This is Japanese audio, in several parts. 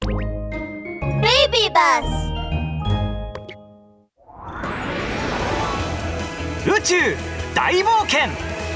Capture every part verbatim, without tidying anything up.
ベイビーバス宇宙大冒険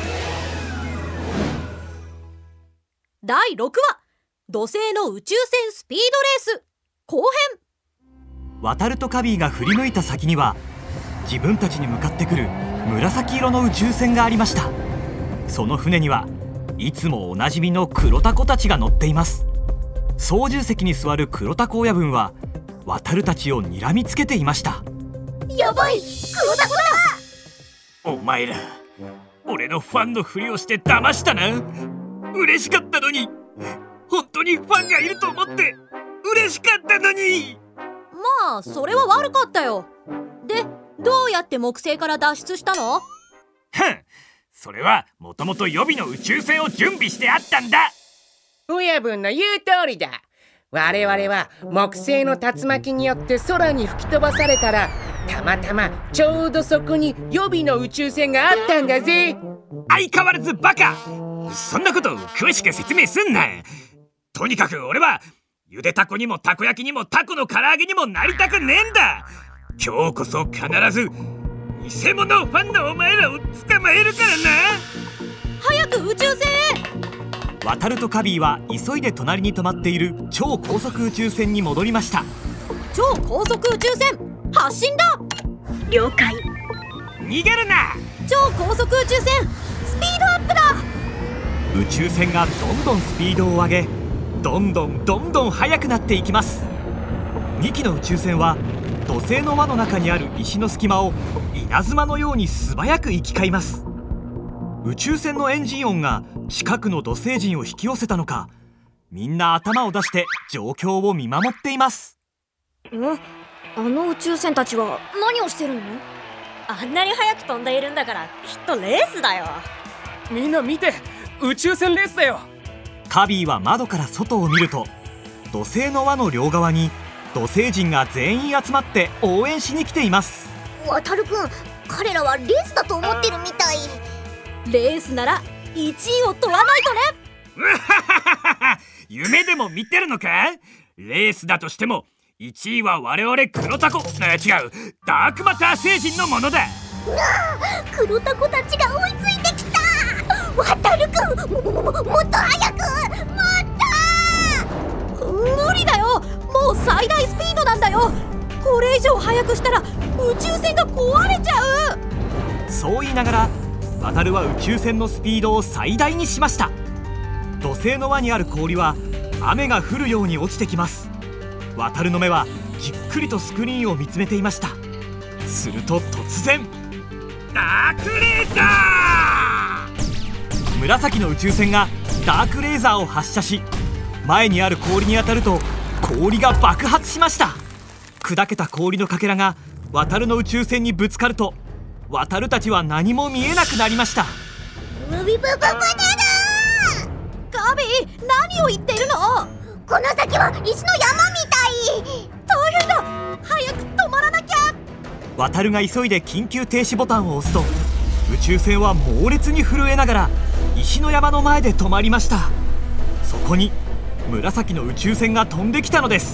だいろくわ、土星の宇宙船スピードレース後編。 ワタルとカビーが振り向いた先には自分たちに向かってくる紫色の宇宙船がありました。その船にはいつもおなじみの黒タコたちが乗っています。操縦席に座る黒タコ親分はワタルたちを睨みつけていました。 やばい、黒タコだ。 お前ら、俺のファンのふりをして騙したな。嬉しかったのに。本当にファンがいると思って嬉しかったのに。 まあそれは悪かったよ。で、どうやって木星から脱出したの？ ふん、それはもともと予備の宇宙船を準備してあったんだ。 親分の言う通りだ。我々は木星の竜巻によって空に吹き飛ばされたら、たまたまちょうどそこに予備の宇宙船があったんだぜ。 相変わらずバカ。そんなこと詳しく説明すんな。とにかく俺はゆでタコにもたこ焼きにもタコの唐揚げにもなりたくねえんだ。今日こそ必ず偽物ファンのお前らを捕まえるからな。 早く宇宙船へ。 ワタルとカビーは急いで隣に止まっている超高速宇宙船に戻りました。 超高速宇宙船発進だ。 了解。 逃げるな。 超高速宇宙船スピードアップだ。 宇宙船がどんどんスピードを上げ、どんどんどんどん速くなっていきます。にきの宇宙船は土星の輪の中にある石の隙間を稲妻のように素早く行き交います。宇宙船のエンジン音が近くの土星人を引き寄せたのか、みんな頭を出して状況を見守っています。 ん？あの宇宙船たちは何をしてるの？ あんなに速く飛んでいるんだからきっとレースだよ。 みんな見て、宇宙船レースだよ。 カビーは窓から外を見ると、土星の輪の両側に土星人が全員集まって応援しに来ています。 ワタルくん、彼らはレースだと思ってるみたい。 レースならいちいを取らないとね。 夢でも見てるのか。レースだとしてもいちいは我々黒タコ、え違うダークマター星人のものだ。 黒タコたちが追いついてきた。ワタルくん、ももももっと早く、もっと。 無理だよ、もう最大スピードなんだよ。これ以上速くしたら宇宙船が壊れちゃう。 そう言いながらワタルは宇宙船のスピードを最大にしました。土星の輪にある氷は雨が降るように落ちてきます。ワタルの目はじっくりとスクリーンを見つめていました。すると突然、 ダークレーザー。 紫の宇宙船がダークレーザーを発射し、前にある氷に当たると氷が爆発しました。砕けた氷のかけらがワタルの宇宙船にぶつかると、ワタルたちは何も見えなくなりました。 ムビブブブネだ。 カビー、何を言っているの？ この先は石の山みたい。 大変だ、早く止まらなきゃ。 ワタルが急いで緊急停止ボタンを押すと、宇宙船は猛烈に震えながら石の山の前で止まりました。そこに紫の宇宙船が飛んできたのです。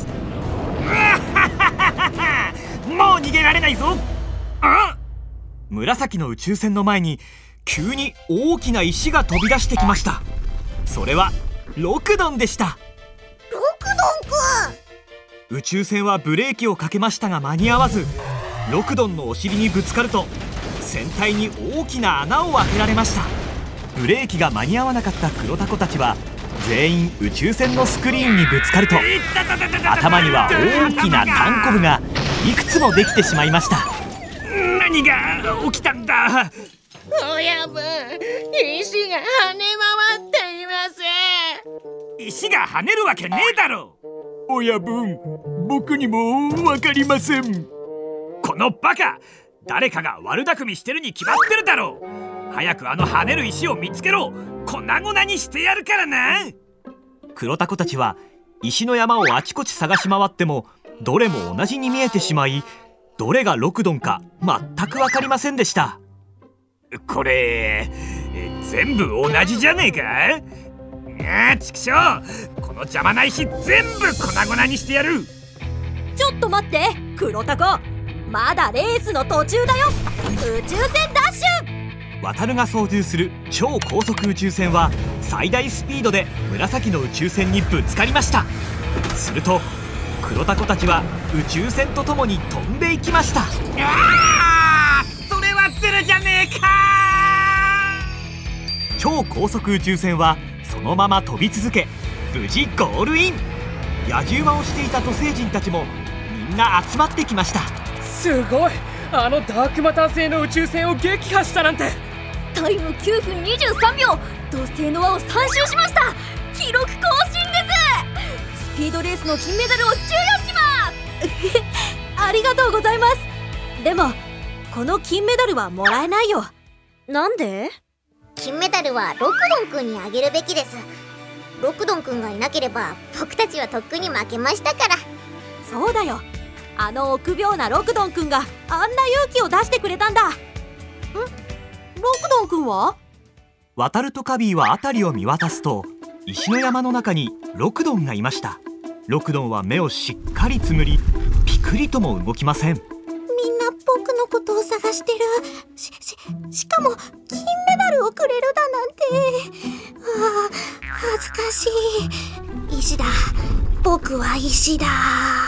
もう逃げられないぞ。あ、 紫の宇宙船の前に急に大きな石が飛び出してきました。それはロクドンでした。 ロクドンくん。 宇宙船はブレーキをかけましたが間に合わず、ロクドンのお尻にぶつかると船体に大きな穴を開けられました。ブレーキが間に合わなかった黒タコたちは全員宇宙船のスクリーンにぶつかると、頭には大きなタンコブがいくつもできてしまいました。 何が起きたんだ。 親分、石が跳ね回っています。 石が跳ねるわけねえだろ。 親分、僕にもわかりません。 このバカ、誰かが悪巧みしてるに決まってるだろう。早くあの跳ねる石を見つけろ。粉々にしてやるからな。 黒タコたちは石の山をあちこち探し回ってもどれも同じに見えてしまい、どれがロクドンか全く分かりませんでした。 これ全部同じじゃねえか。ああ、ちくしょう、この邪魔な石全部粉々にしてやる。 ちょっと待って、黒タコ、まだレースの途中だよ。宇宙船ダッシュ。 渡るが操縦する超高速宇宙船は最大スピードで紫の宇宙船にぶつかりました。すると黒タコたちは宇宙船とともに飛んでいきました。 あー、それはズルじゃねえか。 超高速宇宙船はそのまま飛び続け、無事ゴールイン。野獣馬をしていた土星人たちもみんな集まってきました。 すごい、あのダークマター製の宇宙船を撃破したなんて。 タイムきゅうふんにじゅうさんびょう、土星の輪をさん周しました。記録更新です。 スピードレースの金メダルを授与しますありがとうございます。でもこの金メダルはもらえないよ。 なんで？ 金メダルはロクドン君にあげるべきです。ロクドン君がいなければ僕たちはとっくに負けましたから。 そうだよ、あの臆病なロクドン君があんな勇気を出してくれたんだ。ん？ロクドン君は？ 渡るとカビーは辺りを見渡すと、石の山の中にロクドンがいました。ロクドンは目をしっかりつむり、ピクリとも動きません。 みんな僕のことを探してる。し、し、しかも金メダルをくれるだなんて。ああ、恥ずかしい。石だ、僕は石だ。